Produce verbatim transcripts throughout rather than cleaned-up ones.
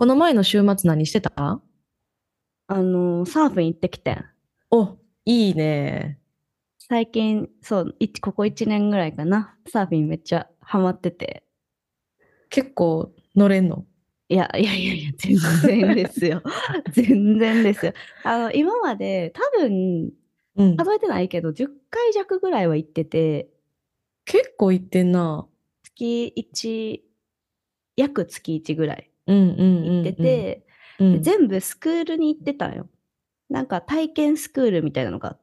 この前の週末何してた？ あの、サーフィン行ってきてん。 お、いいね。 最近、そう、いここいちねんぐらいかな。サーフィンめっちゃハマってて。 結構乗れんの？ いや、いやいやいや、全然ですよ。全然ですよ。あの、今まで多分、 うん。 数えてないけど、じゅっかい弱ぐらいは行ってて、 結構行ってんな。 月いち、約月いちぐらいうんう行ってんうんて、で、 うん。 全部スクールに行ってたんよ。なんか体験スクールみたいなのがあって、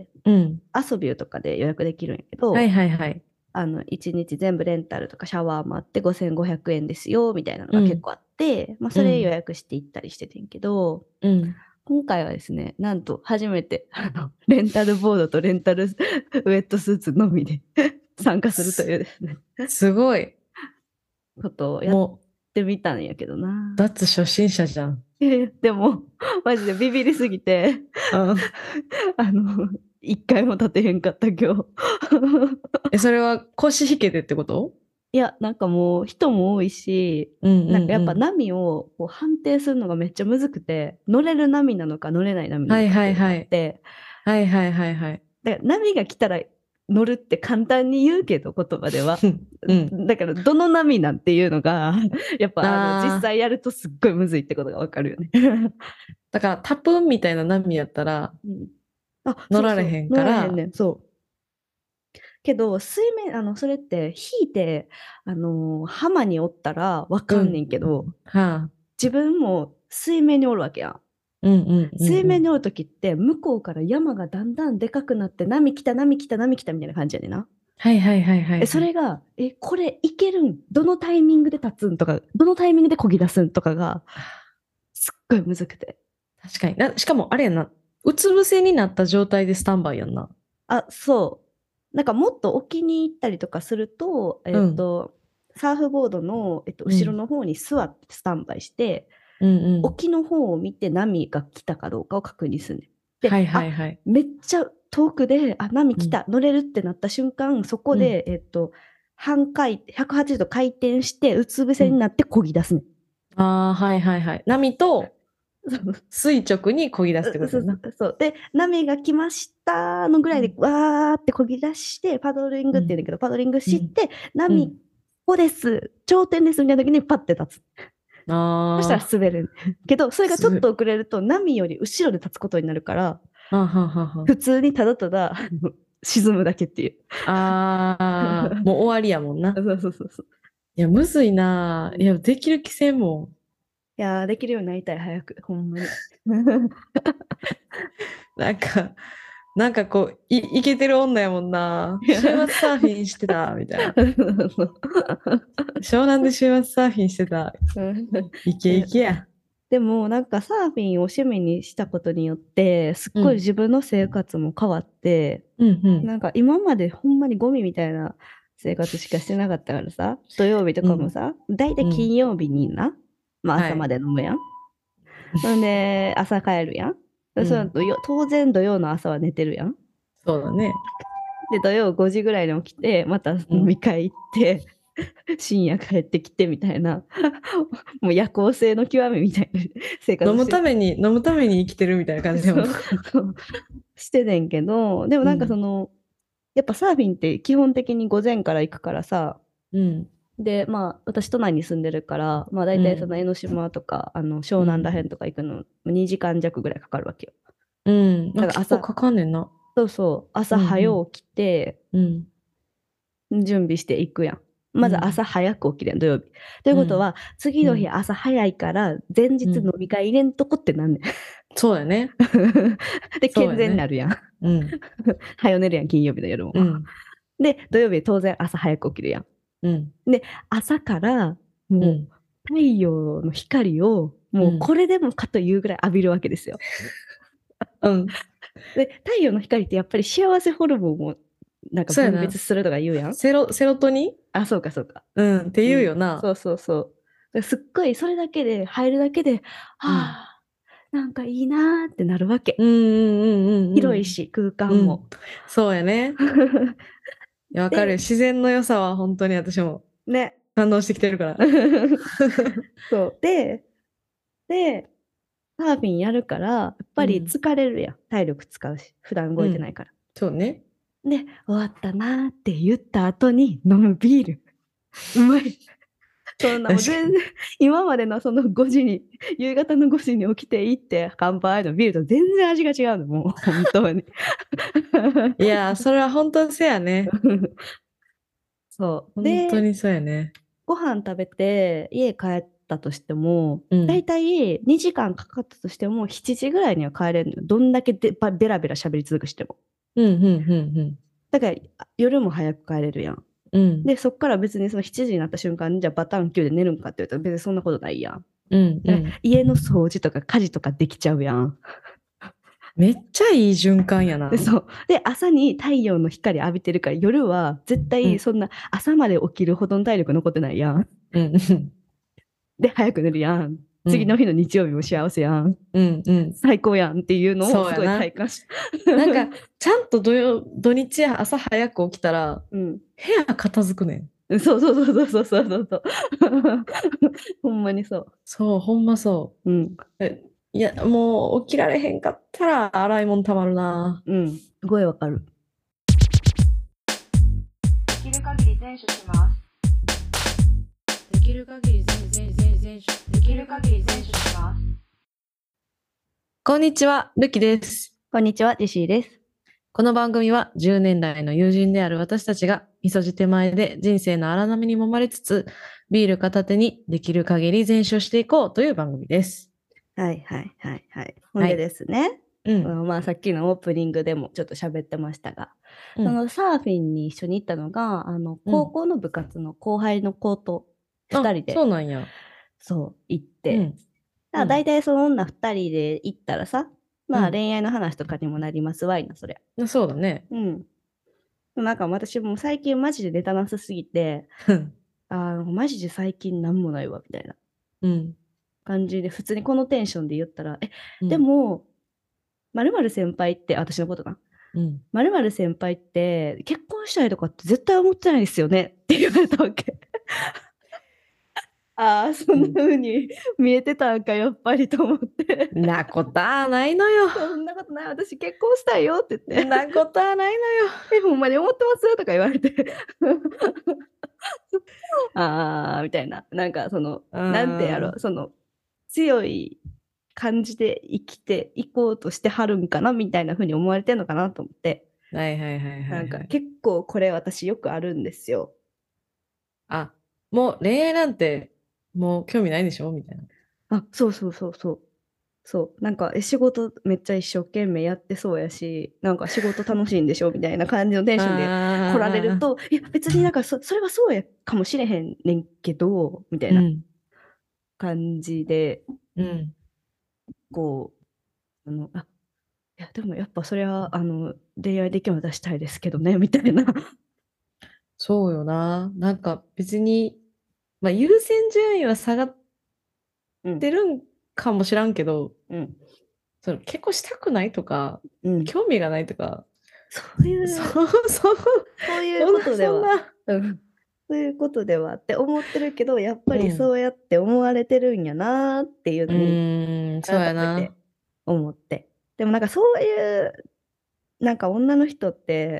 うん。うん。 アソビューとかで予約できるんやけど、 はいはいはい。 あの、いちにち全部レンタルとかシャワーもあってごせんごひゃくえんですよ、みたいなのうん。 が結構あって、まあ、それ予うん。 約して行ったりしててんけど、 うん。 今回はですね、なんと初めて、あの、レンタルボードとレンタルウェットスーツのみで参加するとす、 いうですね、 すごい。 ことをやっもう、 てみたんやけどな。 脱初心者じゃん。 いやいやでも、マジでビビりすぎて、 うん。 あの、一回も立てへんかった今日。 え、それは腰引けてってこと？ いや、なんかもう人も多いし、 うんうなんかやっぱんうん。 波をこう判定するのがめっちゃむずくて、乗れる波なのか乗れない波なはいのかっていうのがはいはい。 あって、 はいはいはいはい。 で波が来たら乗るって簡単に言うけど、言葉では。 うん。 だからどの波なんていうのが、やっぱあの実ああ、 際やるとすっごいむずいってことがわかるよね。 だからタプンみたいな波やったらうん、あ、 乗られへんそうそう、乗から、 られへんねん、そう。けど、水面、あの、それって引いて、あのー浜におったらわかんねうん。 んけど、 はあ。 自分も水面におるわけやん。 うんうんうんうん。 水面におるときって向こうから山がだんだんでかくなって波来た波来た波来たみたいな感じやねんな。 はいはいはいはえ、 いはい。 それが、え、これいけるんどのタイミングで立つんとか、どのタイミングで漕ぎ出すんとかがすっごいむずくて。 確かに。な、しかもあれやな。うつ伏せになった状態でスタンバイやんな。 あ、そう。なんかもっと沖に行ったりとかすると、えっうん。 と、サーフボードの、えっと、 うん。 後ろの方に座ってスタンバイして、 うんうん。 沖の方を見て波が来たかどうかを確認するねん。で、 はいはあ、 いはい。 めっちゃ遠くで、あ、波うん。 来た、乗れるってなった瞬間、そこうん。 で、えっと、半回、ひゃくはちじゅうど回転して、うつ伏うん。 せになって漕ぎ出すねん。 ああ、はいはいはい。波とそう垂直に漕ぎ出すってこそうとやな。 そうそう。で、波が来ましたのぐらいで、 うん。 わーって漕ぎ出して、パドリングって言うんだけど、パドリングうん。 して、波、こうん。 こです、頂点ですみたいな時にパッて立つ。そしたらああ、 滑れる。けど、それがちょっす、 と遅れると、波より後ろで立つことになるから、 あははは。 普通にただただあの沈むだけっていう。 ああ、もう終わりやもんな。 そうそうそうそう。 いや、むずいな。いうん、 や、できる気せんもいやー、できるようになりたい、早く。ほんまに。 ん。なんか、なんかこう、い、イケてる女やもんな。 いや週末サーフィンしてた、みたいな。湘南で週末サーフィンしてた。イケイえケや。 でもなんかサーフィンを趣味にしたことによってすっうん。 ごい自分の生活も変わって、 うんうん。 なんか今までほんまにゴミみたいな生活しかしてなかったからさ、土曜日とうん。 かもさ、だいたいうん。 金曜日にな、まあ朝まはい。 で飲むやん。ほんで朝帰るやん。でそのうん。 土曜当然土曜の朝は寝てるやん。 そうだね。 で土曜ごじぐらいに起きてまた飲うん。 み会行って深夜帰ってきてみたいなもう夜行性の極みみたいな生飲活してむために、飲むために生きてるみたいな感じやもん。 そうそうしてねんけど、でもなんかそうん。 の、やっぱサーフィンって基本的に午前から行くからさ、 うん。 で、まあ私都内に住んでるから、まあ大うん。 体その江ノ島とか、あの湘うん。 南らへんとか行くのにじかん弱ぐらいかかるわけよ。 うん。まあ、 だから朝、 結構かかんねんな。 そうそう、朝うん。 早起きて、 うん。 準備していくやん。まずうん。 朝早く起きれん、土曜日。といううん。 ことは、次の日うん。 朝早いから、前日飲うん。 み会入れんとこってなんねん。 そうやね。 で、健そうやね。 全になるやん。 うん。 早寝るやん、金曜日の夜も。 うん。 で、土曜日当然朝早く起きるやん。 うん。 で、朝からもううん。 太陽の光をもううん。 これでもかというぐらい浴びるわけですよ。 うん。 で、太陽の光ってやっぱり幸せホルモンをなんか分泌そうやな。 するとか言うやん。 セロ、セロトニン。 あ、そうかそうか。 うん。って言ううん。 よな。 そうそうそう。すっごいそれだけで入るだけで、 うん。 はあ、なんかいいなーってなるわけ。 うんうんうんうん広いし、空うん。うん。 間も。 そうやね。いや、わかる。 で、 自然の良さは本当に私もね。 感動してきてるから。 そう。で、 で、サーフィンやるから、やっぱり疲れるやん。体力使うし、普段動いてないから。 そうね。 で、終わったなーって言った後に飲むビール。うまい。そんなもう確かに。 全然、今までのそのごじに、夕方のごじに起きて行って乾杯のビールと全然味が違うの、もう本当に。 いやー、それは本当にそうやね。 そう。で、 本当にそうやね。 ご飯食べて家帰ったとしても、 うんだいたいにじかんかかったとしても、しちじぐらいには帰れるのよ。どんだけでばベラベラ喋り続くしても。 うんうんうんだから夜も早く帰れるやん。 うん。うんで、そっから別にそのしちじになった瞬間に、じゃあバタンキューで寝るんかって言うと別にそんなことないやん。 うんうだからん。 家の掃除とか家事とかできちゃうやん。 めっちゃいい循環やな。 で、そう。で、朝に太陽の光浴びてるから、夜は絶うん対そんな朝まで起きるほどの体力残ってないやん。 うんうんで、早く寝るやん。 うん次の日の日曜日も幸せやん。 うんうん。 最高やんっていうのをすごいそうやな。 体感した。 なんか、ちゃんと土曜、土日朝早く起きたら、 うん。 部屋片付くねん。 そうそうそうそうそうそうそうそう。ほんまにそう。 そう、ほんまそうん。 う。えいや、もう起きられへんかったら洗い物たまるな。 うん。すごいわかる。 できる限り全処します。できる限り全全全全処できる限り全処します。 こんにちは、るきです。 こんにちは、ジェシーです。 この番組はじゅうねん来の友人である私たちが、みそじ手前で人生の荒波に揉まれつつ、ビール片手にできる限り全処していこうという番組です。 はいはいはいはい。ほんでですね、 うん。 あのまあさっきのオープニングでもちょっと喋ってましたが、 うんそのサーフィンに一緒に行ったのが、あの高校の部活の後輩の子とふたりで、 あ、そうなんや。 そう行っうて、 ん。 だから大体その女ふたりで行ったらさ、まあうん恋愛の話とかにもなりますわいな、そりゃ。 うん。そうだね。 うん。なんか私も最近マジでネタなさすぎて、 うんあのマジで最近なんもないわ、みたいなうん。 感じで、普通にこのテンションで言ったら、え、 うんでも、〇〇先輩って、あ私のことな。 うん。 〇〇先輩って結婚したいとかって絶対思ってないですよねって言われたわけ。ああ、そんな風に見えてたんか、やっぱりと思って。 なことはないのよ。 そんなことない、私結婚したいよって言って。 なことはないのよ。 え、ほんまに思ってますとか言われて。ああ、みたいな。なんかその、 うんなんてやろ、その、強い感じで生きていこうとしてはるんかなみたいな風に思われてんのかなと思って。 はいはいはいはい、はい。 なんか結構これ私よくあるんですよ。 あ、もう恋愛なんてもう興味ないでしょみたいな。 あ、そうそうそうそう。そう。なんか、え、仕事めっちゃ一生懸命やってそうやし、なんか仕事楽しいんでしょみたいな感じのテンションで来られると、いや、別になんかそそれはそうやかもしれへんねんけど、みたいなうん感じで、 うんこう、あの、あ、いや、でもやっぱそれは、あの、恋愛できるの出したいですけどね、みたいな。 そうよな。なんか別に、まあ、優先順位は下がっうん。 てるんかもしらんけど、 うん。 その結婚したくないとか、 うん。 興味がないとか、 そういう、 そそうそうういうことでは、 そんな、 うん。そういうことではって思ってるけど、やっぱうんりそうやって思われてるんやなーっていううのに、 ーん、そうや改めてな。 思って。でもなんかそういう、なんか女の人って、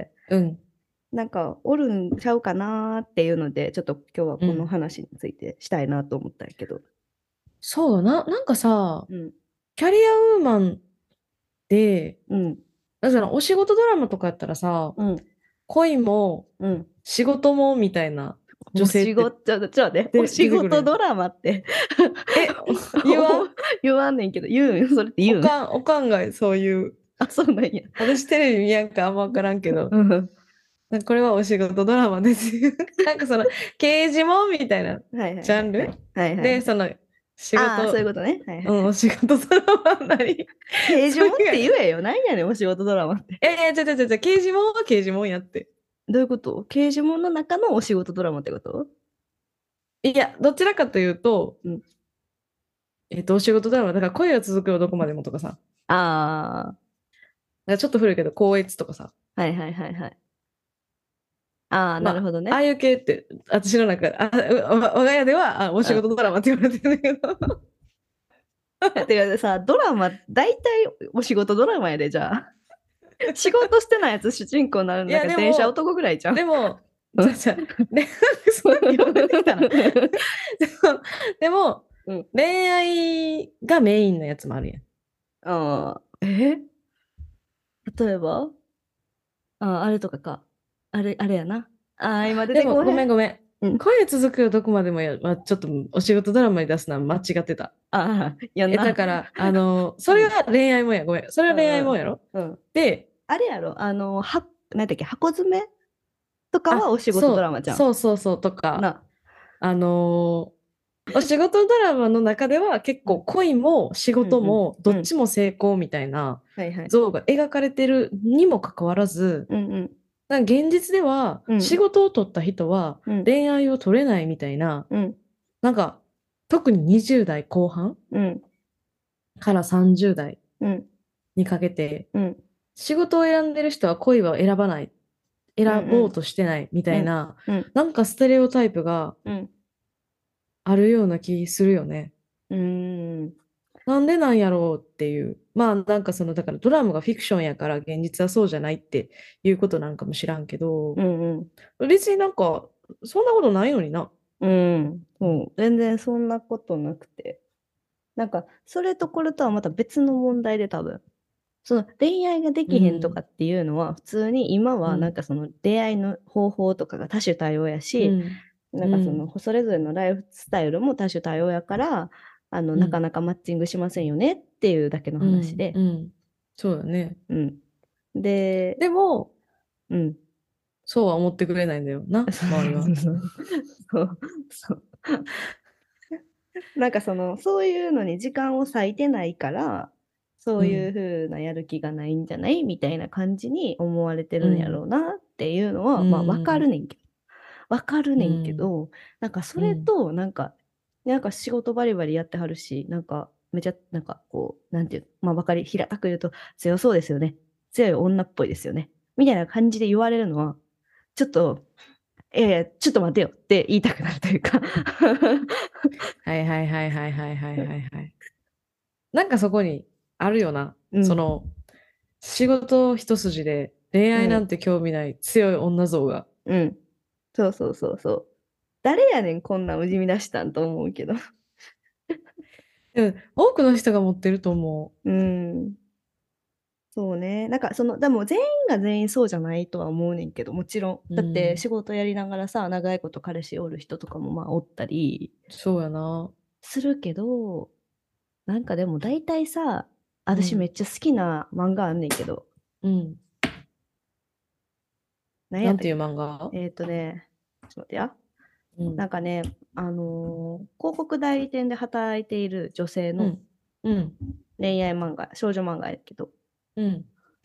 うん。 なんかおるんちゃうかなーっていうので、ちょっと今日はこのうん話についてしたいなと思ったんやけど。 そうよな。なんかさ、 うん。 キャリアウーマンで、 うん。 だからお仕事ドラマとかやったらさ、 うん。 恋もうん。 仕事もみたいな女性ってお仕事、ちょっと、ちょっとね、 でお仕出てくるやん事ドラマってえ、言わん言わんねんけど、言うんそれって言うんおかん、おかんがそういう、 あ、そうなんや。 私テレビ見やんかあんま分からんけど、 うん。 なんかこれはお仕事ドラマですよ。なんかその、刑事もんみたいなはいはいはい。 ジャンルはいはいはい。 で、その、仕ああ、そういう事、 ことね。はいはい。 うん、お仕事ドラマなり。 刑事もんってそういう言えよ。何やねん、お仕事ドラマって。 ええ、ちょちょちょちょ、刑事もんは刑事もんやって。 どういうこと刑事もんの中のお仕事ドラマってこと？ いや、どちらかというと、 うんえっと、お仕事ドラマ、だから恋は続くよどこまでもとかさ、 あなんかちょっと古いけど、校閲とかさ、 あ、はいはいはいはい。ああ、 まあ、 なるほどね。 ああいう系って、私の中で、あ、うわ我が家では、あ、お仕事ドラマって言われてるんだけど、 てかさ、ドラマ、大体お仕事ドラマやで、じゃあ。仕事してないやつ主人公になるんだけど、 いやでも電車男ぐらいじゃん。 でも、 うんじゃあじゃあでそんなに呼べてきたな。でも、でもうん恋愛がメインのやつもあるやん。 あーえ例えばあー、あれとかか。あれ、あれやな。あー、今出でも、ごてこへん。 めんごめん。 うん声続くよ、どこまでもや、はちょっとお仕事ドラマに出すのは間違ってた。 ああ、やんえ、 な。 だから、あの、それは恋愛もんや、ごめん。それは恋愛もんやろ。 うんうん。 で、 あれやろ、あの、は、なんだっけ、箱詰めとかはあ、 お仕事ドラそう、 マじゃん。 そうそうそうとか、 な。 あのーお仕事ドラマの中では結構恋も仕事もどっちも成功みたいなはいはい。 像が描かれてるにもかかわらず、 うんうん。 なんか現実ではうん仕事を取った人はうん恋愛を取れないみたいな、 うんなんか特ににじゅう代後半うんからさんじゅう代うんにかけてうん仕事を選んでる人は恋は選ばない、選ぼうとしてないみたいな、 うんなんかステレオタイプがうんあるような気するよね。 うんなんでなんやろうっていう。まあなんかその、だからドラマがフィクションやから現実はそうじゃないっていうことなんかも知らんけど、 うん別になんかそんなことないのにな。 うんうん全然そんなことなくて。なんか、それとこれとはまた別の問題で多分。その恋愛ができへんとかっていうのは、普通に今はなんかその出会いの方法とかが多種多様やうし、 ん。 なんかそのそれぞれのライフスタイルも多種多様やから、あのうんなかなかマッチングしませんよねっていうだけの話で。 うん。うんそうだね。 うん。で、 でも、 うん。 そうは思ってくれないんだよな、周りは。 そうそうなんかそのそういうのに時間を割いてないからそういう風なやる気がないんじゃないみたいな感じに思われてるんやろうなっていうのは、 うんまあわかるねんけどわかるねんけうんど、なんかそれとなんか、なんか仕事バリバリやってはるしなんかめちゃなんかこうなんていうまあわかり平たく言うと強そうですよね強い女っぽいですよねみたいな感じで言われるのはちょっとええちょっと待てよって言いたくなるというかはいはいはいはいはいはいはいはい。なんかそこにあるよな。 うんその、仕事一筋で恋愛なんて興味ない強い女像が。 うんそうそうそうそう。誰やねん、こんなんうじみ出したんと思うけど。 でも多くの人が持ってると思うん。そうね。なんか、その、でも全員が全員そうじゃないとは思うねんけど、もちろん。 う。 だってうん仕事やりながらさ、長いこと彼氏おる人とかもまあおったりそうやな。 するけど、なんかでも大体さ、私うんめっちゃ好きな漫画あんねんけど、 うん。 何やったっけなんていう漫画えっとね、ちょっと待ってや。 うんなんかね、あのー広告代理店で働いている女性のうん。うん。 恋愛漫画、少女漫画やけど、 うん。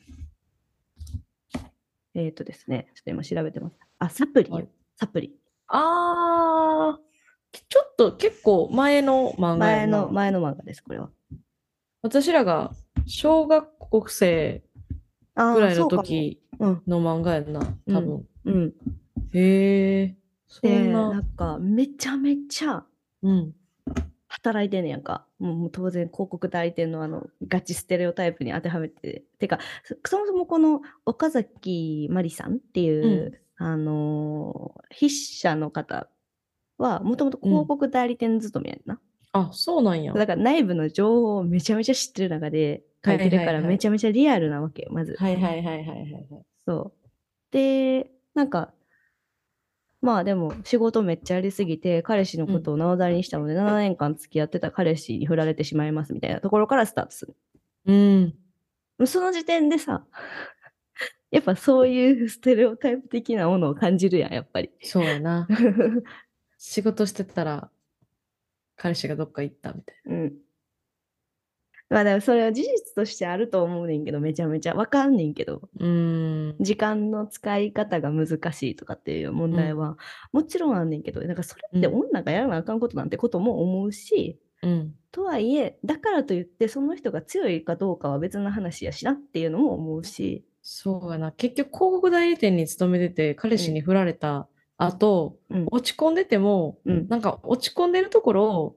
えっとですね、ちょっと今調べてます。あ、サプリよ、 はいサプリ。 あー、ちょっと結構前の漫画や前んな。 の、前の漫画です、これは。 私らが小学生ああ、 ぐらいのそうかも。 時うん。 の漫画やんな、多分。 うん。 へえ、そで、 んなな。 んか、めちゃめちゃうん。 働いてんねやんか。もうもう当然、広告代理店のあの、ガチステレオタイプに当てはめて。てか、そそもそもこの岡崎まりさんっていう、あのー筆者の方は、もともと広告代理店勤めやんな。 あ、そうなんや。 だから内部の情報をめちゃめちゃ知ってる中で書いてるから、 はいはいはいめちゃめちゃリアルなわけよ、まず。 はいはいはいはいはいはい。 そう。で、なんか、まあでも仕事めっちゃやりすぎて、彼氏のことを縄張りにしたので、ななねんかん付き合ってた彼氏に振られてしまいますみたいなところからスタートする。 うん。 その時点でさ、やっぱそういうステレオタイプ的なものを感じるやん、やっぱり。 そうやな。仕事してたら、彼氏がどっか行ったみたいうん。まあでもそれは事実としてあると思うねんけど、めちゃめちゃわかんねんけど、 な。うーん。 時間の使い方が難しいとかっていう問題はもちろんあんねんけど、なんかそれって女がやらなあかんことなんてことも思うし、 うん。 とはいえ、だからといってその人が強いかどうかは別の話やしなっていうのも思うし、 そうやな。結局、広告代理店に勤めてて、彼氏に振られた後、 うん、 落ち込んでても、 うん、 なんか落ち込んでるところをうん、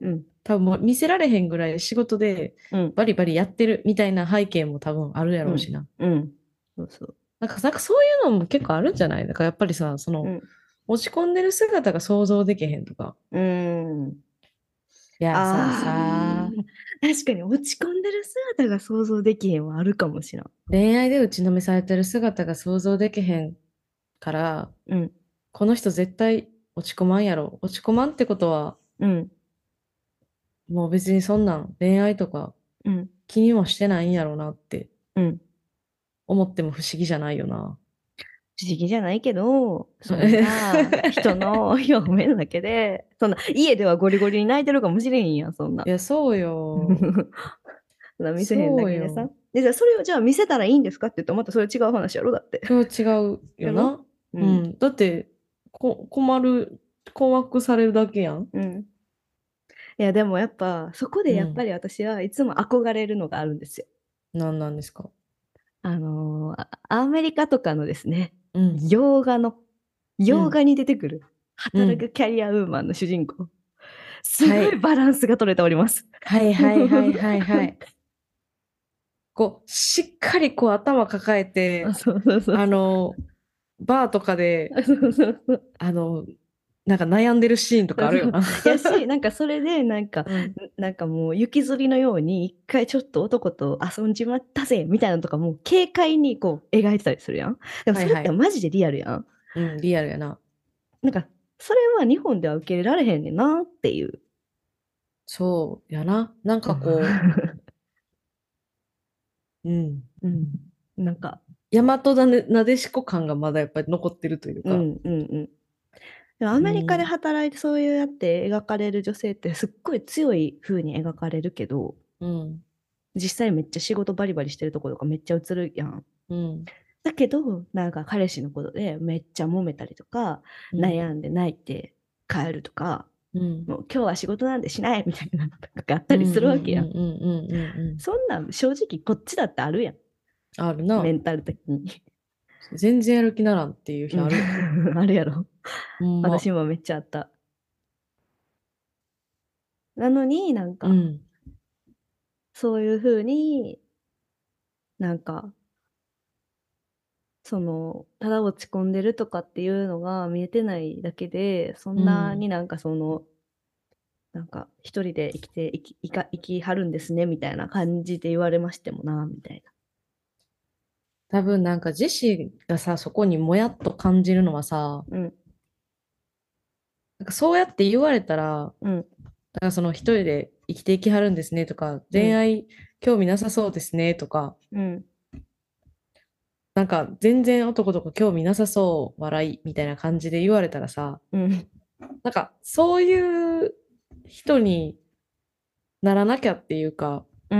多分もう見せられへんぐらい仕事でうん。 バリバリやってるみたいな背景も多分あるやろうしな。 うん。そうそう。 なんか、なんかそういうのも結構あるんじゃない？だからやっぱりさ、その、 うん。 落ち込んでる姿が想像できへんとか。 うん。 いや、さ、 あさ、 あ、確かに落ち込んでる姿が想像できへんはあるかもしらん。 恋愛で打ちのめされてる姿が想像できへんから、 うん。 この人絶対落ち込まんやろ。落ち込まんってことは、 うん。 もう別にそんなん恋愛とかうん。 気にもしてないんやろうなってうん。 思っても不思議じゃないよな。 不思議じゃないけど、そんな人の表面だけで、そんな家ではゴリゴリに泣いてるかもしれんやん、そんな。 いや、そうよ。 そんな見せへんだけでさそうよ。。 で、じゃあそれをじゃあ見せたらいいんですかって言ったらまたそれ違う話やろだって。 それは違うよな。 ううんん。だってこ、困る、困惑されるだけやん。 うん。いや、でもやっぱ、そこでやっぱり私はいつも憧れるのがあるんですよ。 なんなんですか。 あのーあアメリカとかのですね、 うん。 洋画の、洋画に出てくる、 うん働くキャリアウーマンの主人公。すごはいいバランスが取れております。 はいはいはいはいはい。こう、しっかりこう頭抱えて、 そうそうそう。 あの、バーとかで、 そうそうそう。 あの、なんか悩んでるシーンとかあるよな。 やし、なんかそれで、なんか、 うんなんかもう雪吊りのように、一回ちょっと男と遊んじまったぜ、みたいなのとかもう軽快にこう描いてたりするやん。でもそれはいはいってマジでリアルやん。 うん、リアルやな。 なんか、それは日本では受け入れられへんねんなっていう。 そうやな。なんかこう、うん。 うん。なんか、 大和だね、なでしこ感がまだやっぱり残ってるというか。 うんうんうん。でもアメリカで働いてそういうやって描かれる女性ってすっごい強い風に描かれるけど、 うん。 実際めっちゃ仕事バリバリしてるところとかめっちゃ映るやん。 うん。 だけど、なんか彼氏のことでめっちゃ揉めたりとか、 うん悩んで泣いて帰るとか、 うん。 もう今日は仕事なんでしないみたいなのとかがあったりするわけやん。 うんうんうんうんうんうん。 そんなん正直こっちだってあるやん。 あるなメ。ンタル的に。 全然やる気ならんっていう日ある。 あるやろ。 ほんま。 私もめっちゃあった。なのになんか、 うん。 そういうふうになんか、その、ただ落ち込んでるとかっていうのが見えてないだけで、そんなになんかその、なんか一人で生きて、生き、生か、生きはるんですね、みたいな感じで言われましてもな、みたい多分なんかジェシーがさ、そこにもやっと感じるのはさ、 な。うん、 なんかそうやって言われたら、 うん、 だからその一人で生きていきはるんですねとか、恋愛興味なさそうですねとか、 うん、 なんか全然男とか興味なさそう、笑いみたいな感じで言われたらさ、 うん、 なんかそういう人にならなきゃっていうか、 うん、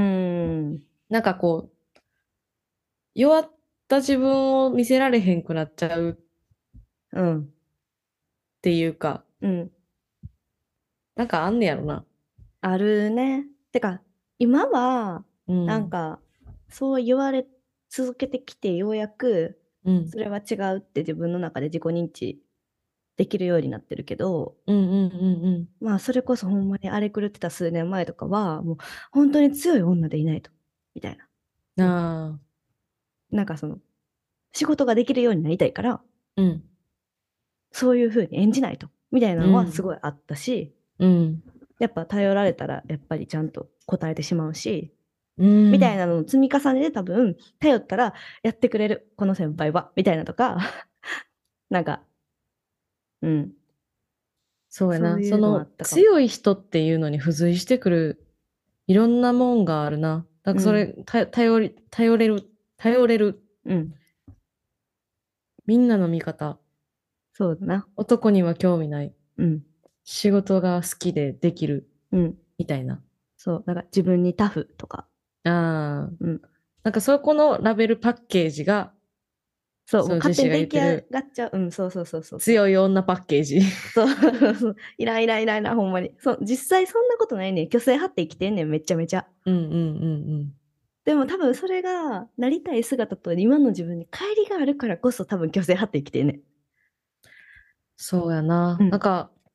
なんかこう、弱った自分を見せられへんくなっちゃうっうん、 ていうか、 うん。 なんかあんねやろな。 あるね。てか、今は、 うん。 なんか、そう言われ続けてきて、ようやく、 うん。 それは違うって自分の中で自己認知できるようになってるけど、 うんうんうんうん。 まあ、それこそほんまに荒れ狂ってた数年前とかは、もう本当に強い女でいないと、みたいな。 ああ。 なんかその、仕事ができるようになりたいから、 うん。 そういう風に演じないと、みたいなのうんはすごいあったし、 うん。 やっぱ頼られたら、やっぱりちゃんと答えてしまうし、 うん。 みたいなのの積み重ねで多分、頼ったらやってくれる、この先輩は、みたいなとか、なんか、うん。 そうやな。 そういそうののはあったかも。 強い人っていうのに付随してくるいろんなもんがあるな。なんかそれ、 うた頼り、頼れる、頼れる、 うん。 みんなの味方。 そうだな。 男には興味ない。 うん。 仕事が好きでできる。 うん。 みたいな。 そう。なんか自分にタフとか。 ああ。 うん。 なんかそこのラベルパッケージが、 そう。 そうもう勝手にジェシーが言出来ってる上がっちゃう。うん。そうそうそうそう。 強い女パッケージ。 そう。そういらんいらんいらんいらん、ほんまに。そう。実際そんなことないねん。虚勢張って生きてんねん。めちゃめちゃ。 うんうんうんうん。 でも多分それがなりたい姿と今の自分に乖離があるからこそ多分虚勢張って生きてんねん。 そうやな。 うんなんか、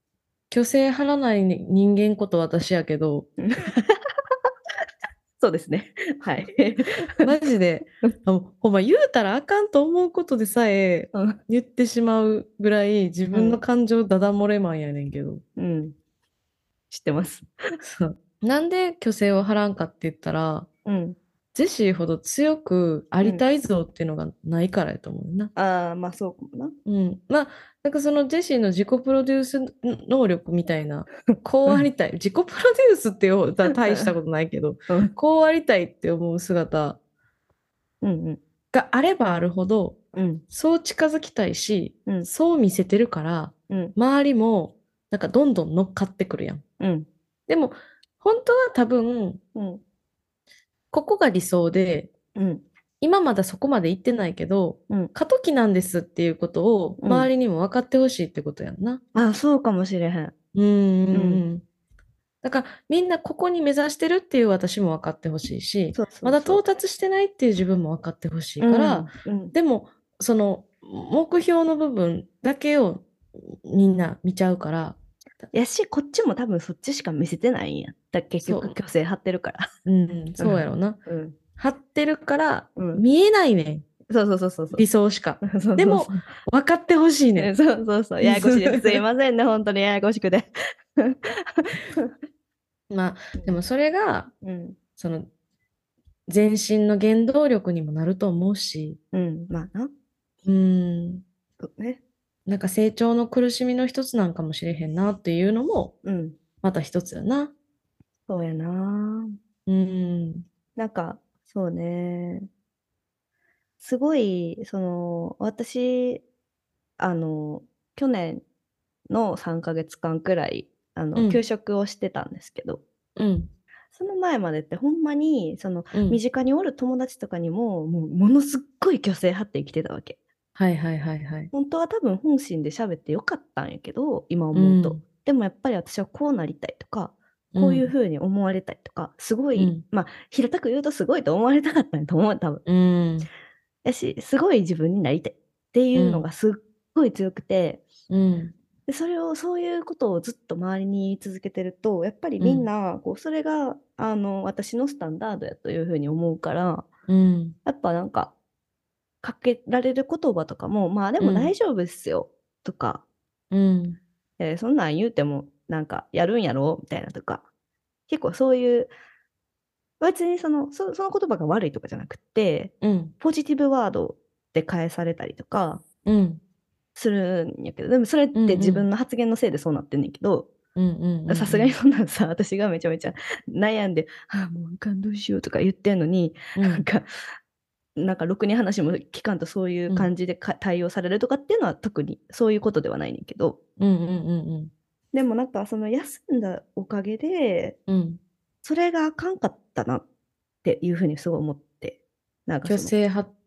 虚勢張らない人間こと私やけど、 そうですね。はい。 マジで、あのほんま言うたらあかんと思うことでさえうん。 言ってしまうぐらい自分の感情ダダ漏れマンやねんけど、 うん。知ってます。 そうなんで虚勢を張らんかって言ったら、 うん。 ジェシーほど強くありたい像っていうのがないからやと思うな。 ああ、まあそうかもな。 うん。まあ、なんかそのジェシーの自己プロデュース能力みたいな、こうありたい。自己プロデュースってよだ大したことないけど、 うん。 こうありたいって思う姿うんうん。 があればあるほど、 うん。 そう近づきたいし、 うん。 そう見せてるから、 うん。 周りもなんかどんどん乗っかってくるやん。 うん。 でも、本当は多分、 うん。 ここが理想で、 うん。 今まだそこまで行ってないけど、 うん。 過渡期なんですっていうことをうん。 周りにも分かってほしいってことやんな。 ああ、そうかもしれへん。 うんうんう。 うんん。だからみんなここに目指してるっていう私も分かってほしいし、 そうそうまだそう。 到達してないっていう自分も分かってほしいうん。 から、 うん。 でもその目標の部分だけをみんな見ちゃうから、 やし、こっちも多分そっちしか見せてないんや。だ結局、 そう、 虚勢張ってるから。 うん、そうやろな。 うん。 張ってるからうん。 見えないねん、 そうそうそうそうそう。 理想しか。 そうそうでもそう。 分かってほしいねえん。 そうそうそう。ややこしいです。すいませんね、本当にややこしくて。 まあでもそれがうん。 その前進の原動力にもなると思うし、 うん。まあな。 うん、 そうね。 なんか成長の苦しみの一つなんかもしれへんなっていうのもうん。 また一つやな。 そうやな。 うん。 なんか、そうね。すごい、その、私、あの、去年のさんかげつかんくらい、あの、休うん。 職をしてたんですけど、 うん。 その前までってほんまに、その、 うん。 身近におる友達とかにも、もう、ものすっごい虚勢張って生きてたわけ。 はいはいはいはい。 本当は多分本心で喋ってよかったんやけど、今う思うと。 ん。 でもやっぱり私はこうなりたいとか、 うこういうん風に思われたいとか、すごい、 うん。 まあ、平たく言うとすごいと思われたかったんやと思う、多分。 うん。 やし、すごい自分になりたいっていうのがすっごい強くて、 うん。 でそれを、そういうことをずっと周りに言い続けてると、やっぱりみんな、こう、それが、あの、私のスタンダードやというふうに思うから、 うん。 やっぱなんか、かけられる言葉とかも、まあでも大丈夫ですよ、とか、 うん。 えーそんなん言うても、なんか、やるんやろみたいなとか、結構そういう、別にその、そ、その言葉が悪いとかじゃなくて、 うん。 ポジティブワードで返されたりとかうん。 するんやけど、でもそれって自分の発言のせいでそうなってんねんけど、 うん。 さすがにそんなんさ、私がめちゃめちゃ悩んで、ああ、もうあかんどうしようとか言ってんのに、 うん。 なんか、なんかろくに話も聞かんとそういう感じでか対応されるとかっていうのは特にそういうことではないねんけど、 うん。うん。うん。 でもなんかその休んだおかげで、 うん。 それがあかんかったなっていうふうにすごい思って、なんかその、 虚勢張って、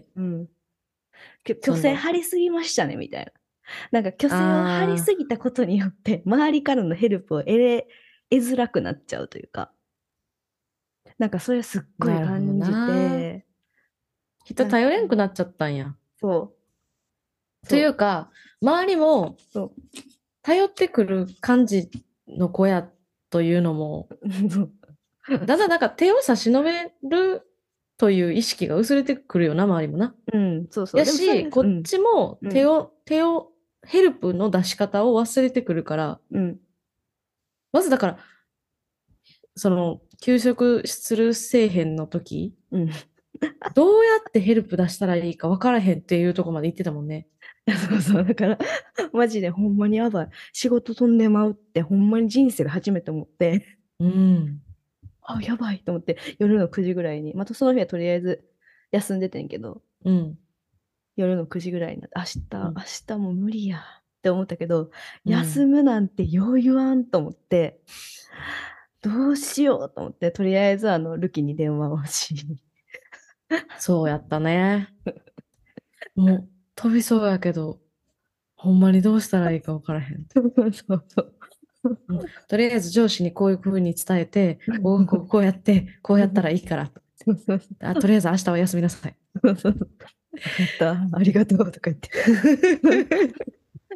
うん、きょその虚勢張りすぎましたねみたいな。なんか虚勢を張りあすぎたことによって周りからのヘルプを得れ、得づらくなっちゃうというか、なんかそれすっあ、 ごいなるほど感じな。 て、 人頼れんくなっちゃったんや。 そう、 といそう、 うか、周りもそう、 頼ってくる感じの子やというのも、 そうだんだんなんか手を差し伸べるという意識が薄れてくるよな、周りもな。 うん、そうそう。 やでもそれし、こっちもうん手を、手を、ヘルプの出し方を忘れてくるから、 うん、 まずだから、その、休職するせえへんの時、 うん。 どうやってヘルプ出したらいいか分からへんっていうところまで言ってたもんね。 そうそう。だから、マジでほんまにやばい。仕事飛んでまうって、ほんまに人生で初めて思って、 うん。 あ、やばいと思って、夜のくじぐらいに、またその日はとりあえず休んでてんけど、 うん。 夜のくじぐらいになって、明日、 うん明日も無理やって思ったけど、 うん休むなんてよう言わんと思って、どうしようと思って、とりあえずあの、ルキに電話をし、 そうやったね。もう飛びそうやけど、ほんまにどうしたらいいか分からへん。 そうそうそう。 うんとりあえず上司にこういうふうに伝えて、こうこうこうやって、こうやったらいいからと。 そうそうあとりあえず明日はお休みなさい。 そうそう。分かった、ありがとうとか言って。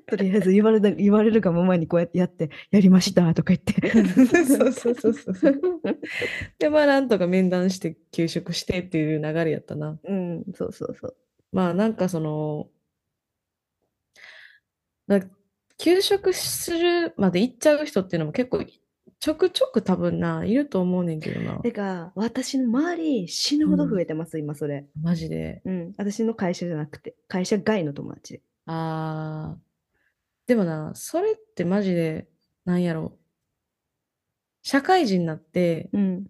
とりあえず言われた言われるがままにこうやってやってやりましたとか言ってそうそうそうそうそう。で、まあ、なんとか面談して休職してっていう流れやったな。 うんそうそうそうまあ、なんかその、なんか休職するまで行っちゃう人っていうのも結構ちょくちょく多分ないると思うねんけどな。 てか私の周り死ぬほど増えてます、今それ。 マジで。 うん私の会社じゃなくて会社外の友達で。 あー。でもな、それってマジで、なんやろ。社会人になって、 うん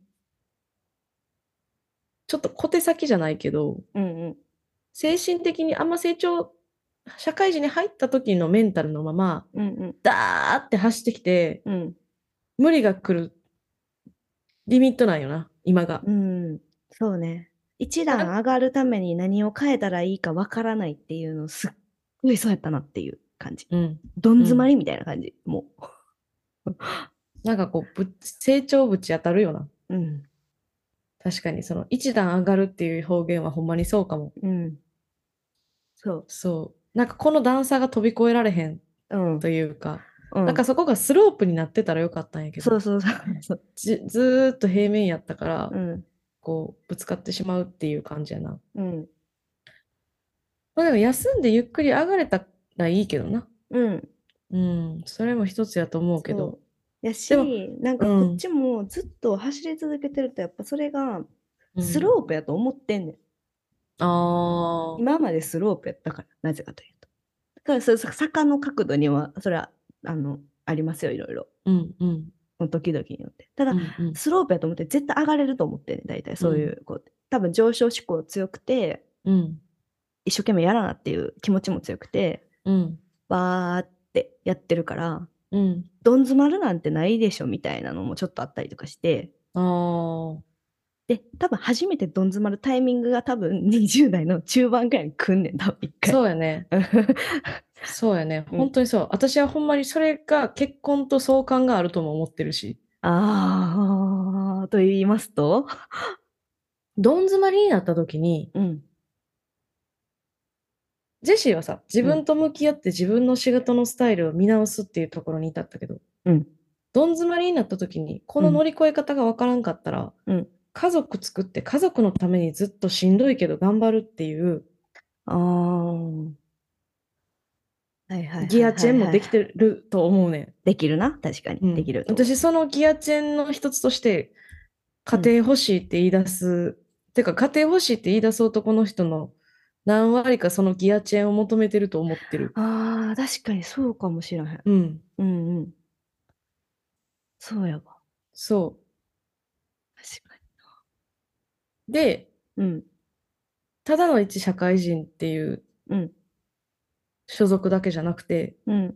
ちょっと小手先じゃないけど、 うんうん精神的にあんま成長、社会人に入った時のメンタルのまま、 うんうんダーって走ってきて、 うん無理が来るリミットなんよな、今が。 うんそうね。一段な上がるために何を変えたらいいかわからないっていうのすっごいそうやったなっていう感じ。 うん。 どん詰まりみたいな感じ。もなんかこう、ぶっ成長ぶち当たるよな。 う。うん。 確かに、その一段上がるっていう表現はほんまにそうかも。 うん。そそう。なんかこの段差が飛び越えられへんう。うん。 というか、 うん。 なんかそこがスロープになってたらよかったんやけど、 そうそうそうそう。 じずーっと平面やったから、 うん。 こう、ぶつかってしまうっていう感じやな。 うん。 まあでも休んでゆっくり上がれたらいいけどな。 うん。 うん、それも一つやと思うけそど。 う。やでも、 し、なんかこっちもずっと走り続けてると、やっぱそれがうん、 スロープやと思ってんねん。 ああ、 今までスロープやったから、なぜかというと。だからそうそう坂の角度には、それは、あの、ありますよ、いろいろ。 うんうん時々によって。ただ、 うんうんスロープやと思って絶対上がれると思ってね、大体そういう子って。多分上昇志向強くて、 うん一生懸命やらなっていう気持ちも強くて、 うんわーってやってるから、 うんどん詰まるなんてないでしょみたいなのもちょっとあったりとかして、 ああ、 で、多分初めてどん詰まるタイミングが多分にじゅう代の中盤ぐらいに来んねん、多分一回。 そうやね。そうやね。 うん本当にそう。私はほんまにそれが結婚と相関があるとも思ってるし。 あー、と言いますと、 どん詰まりになった時に、 うん、 ジェシーはさ、自うん分と向き合って自分の仕事のスタイルを見直すっていうところに至ったけど、 うん、 どん詰まりになった時に、この乗り越え方がわからんかったら、 うん。 家族作って家族のためにずっとしんどいけど頑張るっていうあー。はいはいはいはいはいギアチェンもできてると思うねん。 できるな、確かに。 うんできると思う。 私、そのギアチェンの一つとして、家庭欲しいって言い出す、てか家庭欲しいって言い出す男の人の何割かそのギアチェンを求めてると思ってる。 ああ、確かにそうかもしれへん。 うん。 うんうん。そうやわ。 そ確かう。で、 に。うん。 ただの一社会人っていううん。 所属だけじゃなくて、 うん。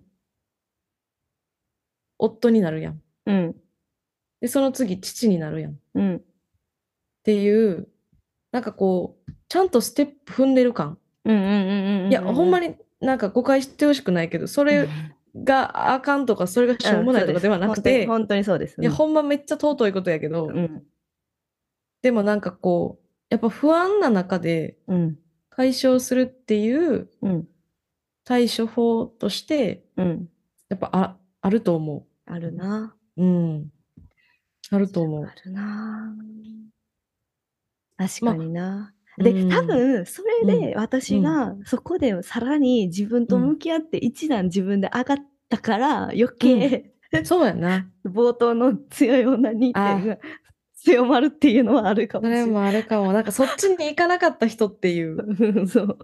夫になるやん。 うん。 で、その次、父になるやん。っうん。 ていう、なんかこう、ちゃんとステップ踏んでる感。 うんうんうんうんうん。 いや、ほんまに。 になんか誤解してほしくないけど、それがあかんとか、それがしょうもないとかではなくて、 本当にそうです。 いや、ほんまめっちゃ尊いことやけど、 うん。 でもなんかこう、やっぱ不安な中でうん。 解消するっていううん。 対処法として、 うん。 やっぱあ、あると思あるな。 う。うん。あると思う。 あるな。確まあかにな。 うで、 ん多分、それでうん私がそこでさらに自分と向き合って一段自分で上がったから余計、 そうやな。 冒頭の強い女に点が強まるっていうのはあるかもしれない。 それもあれかも。なんかそっちに行かなかった人っていう、 そう。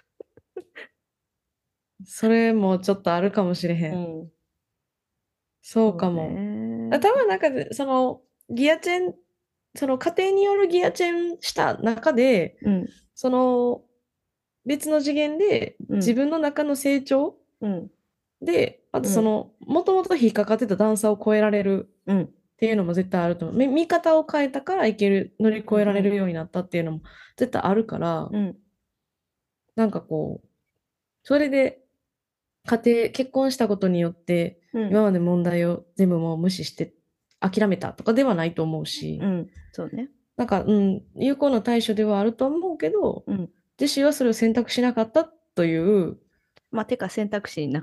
それもちょっとあるかもしれへ。 うんん。 そうかも。あ多分なんかそのギアチェン、その家庭によるギアチェンした中で、 うん。 その別の次元でうん自分の中の成長うん。 で、あとその、もともと引っかかってた段差を超えられるうん。 っていうのも絶対あると思う。み見方を変えたからいける、乗り越えられるようになったっていうのも絶対あるから、 うん。 なんかこう、それで家庭、結婚したことによって、 うん。 今まで問題を全部もう無視して諦めたとかではないと思うし、 うん。そうね。 なんか、うん、有効な対処ではあると思うけど、 うん。 ジェシーはそれを選択しなかったという、 まあ、てか選択肢なか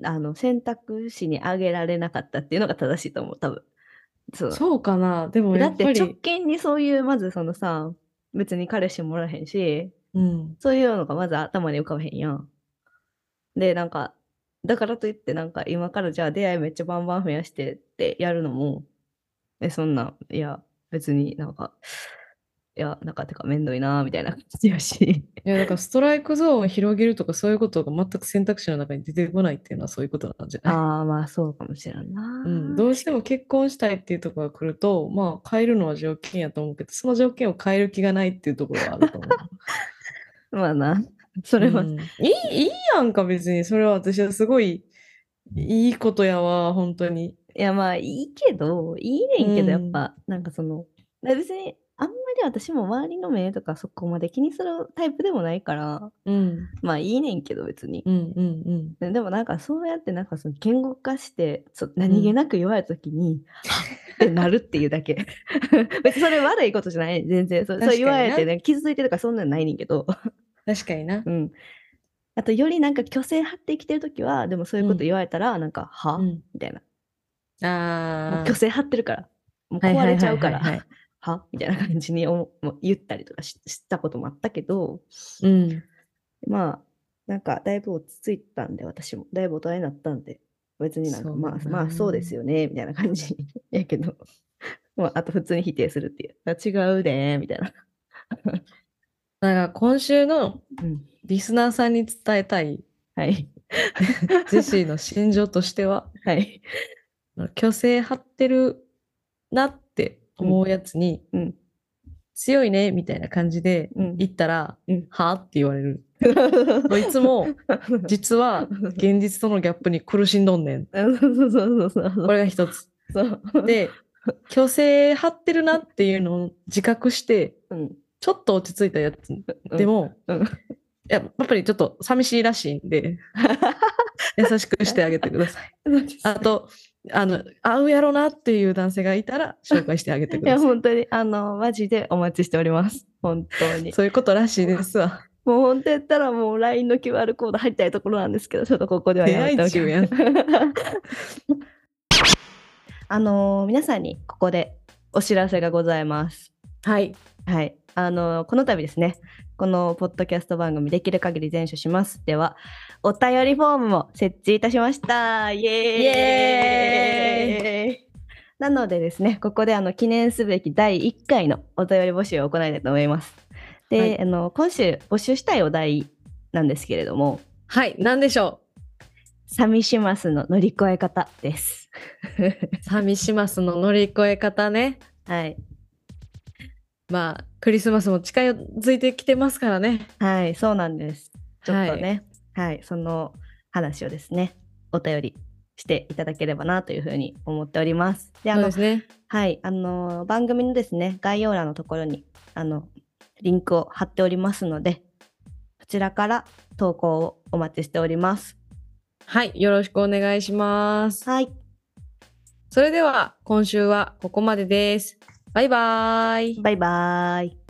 あの選択肢に挙げられなかったっていうのが正しいと思う、多分。そうそうかな。でもだってやっぱり、 直近にそういう、まずそのさ、別に彼氏もおらへんし、 うん、 そういうのがまず頭に浮かべへんやん。で、なんか、だからといって、なんか今からじゃあ出会いめっちゃバンバン増やしてってやるのも、え、そんな、いや、別になんか、いや、なんかてかめんどいな、みたいな感じやし。 いや、だからストライクゾーンを広げるとかそういうことが全く選択肢の中に出てこないっていうのはそういうことなんじゃない？ ああ、まあそうかもしれんな。 うん、どうしても結婚したいっていうところが来ると、まあ変えるのは条件やと思うけど、その条件を変える気がないっていうところはあると思う。 まあな、それは、 うん、いい、いいやんか、別に。それは私はすごいいいことやわ、本当に。 いやまあいいけど、いいねんけど、やっうんぱ、なんかその、別に、あんまり私も周りの目とかそこまで気にするタイプでもないから、 うん、 まあいいねんけど、別に。 うん、うん、うん。 ででもなんかそうやってなんかその言語化してそ何気なく言われた時に、はっってなるっていうだけ。別にそれ悪いことじゃない、全然。そう、そう言われてね、傷ついてるとかそんなんないねんけど。 確かにな。 うん。あとよりなんか虚勢張って生きてる時は、でもそういうこと言われたら、なんか、は、 うんみたいな。 ああ。 もう虚勢張ってるから。もうはい壊れちゃうから。 はいはいはいはみたいな感じに思うもう言ったりとかししたこともあったけど、 うん。 まあ、なんかだいぶ落ち着いたんで、私も。だいぶ大人になったんで、別になんか、 そうまあ、 なまあそうですよね、みたいな感じやけど、まあ、あと普通に否定するっていう。あ違うでー、みたいな。 だから今週のうん。 リスナーさんに伝えたいはい。 ジェシーの心情としては、 はい。 虚勢張ってるなって思うやつに、 うん。 強いねみたいな感じでうん言ったら、 うんはって言われる。もういつも、実は現実とのギャップに苦しんどんねん。 そうそうそうそうそう。 これが一つ。 そう。 で、虚勢張ってるなっていうのを自覚して、 うん。 ちょっと落ち着いたやつでも、 うん。 いや、やっぱりちょっと寂しいらしいんで、優しくしてあげてください。あと、あの、合うやろなっていう男性がいたら紹介してあげてくいや、 ださい。 本当に、あの、マジでお待ちしております。本当に。 そういうことらしいですわ。 もう本当やったらもう ライン の キューアール コード入りたいところなんですけど、ちょっとここではやめておきます。 出会い中あのー皆さんにここでお知らせがございます。 はい。 はい。あのーこの度ですね、このポッドキャスト番組できる限り全処しますでは、お便りフォームも設置いたしました。イエーイイエーイなのでですね、ここであの記念すべきだいいっかいのお便り募集を行いたいと思います。で、 はいあの今週募集したいお題なんですけれども、 はい。何でしょ寂しますの乗り越え方です。 う。寂しますの乗り越え方ね。 はい。 まあ、クリスマスも近づいてきてますからね。 はい、そうなんです。ちょっとね、はい、その話をですね、お便りしていただければなというふうに思っております。で、あのそうですね。 はい、あの番組のですね、概要欄のところにあのリンクを貼っておりますので、こちらから投稿をお待ちしております。 はい。よろしくお願いします。 はい、 それでは、今週はここまでです。バイバーイ。 バイバーイ。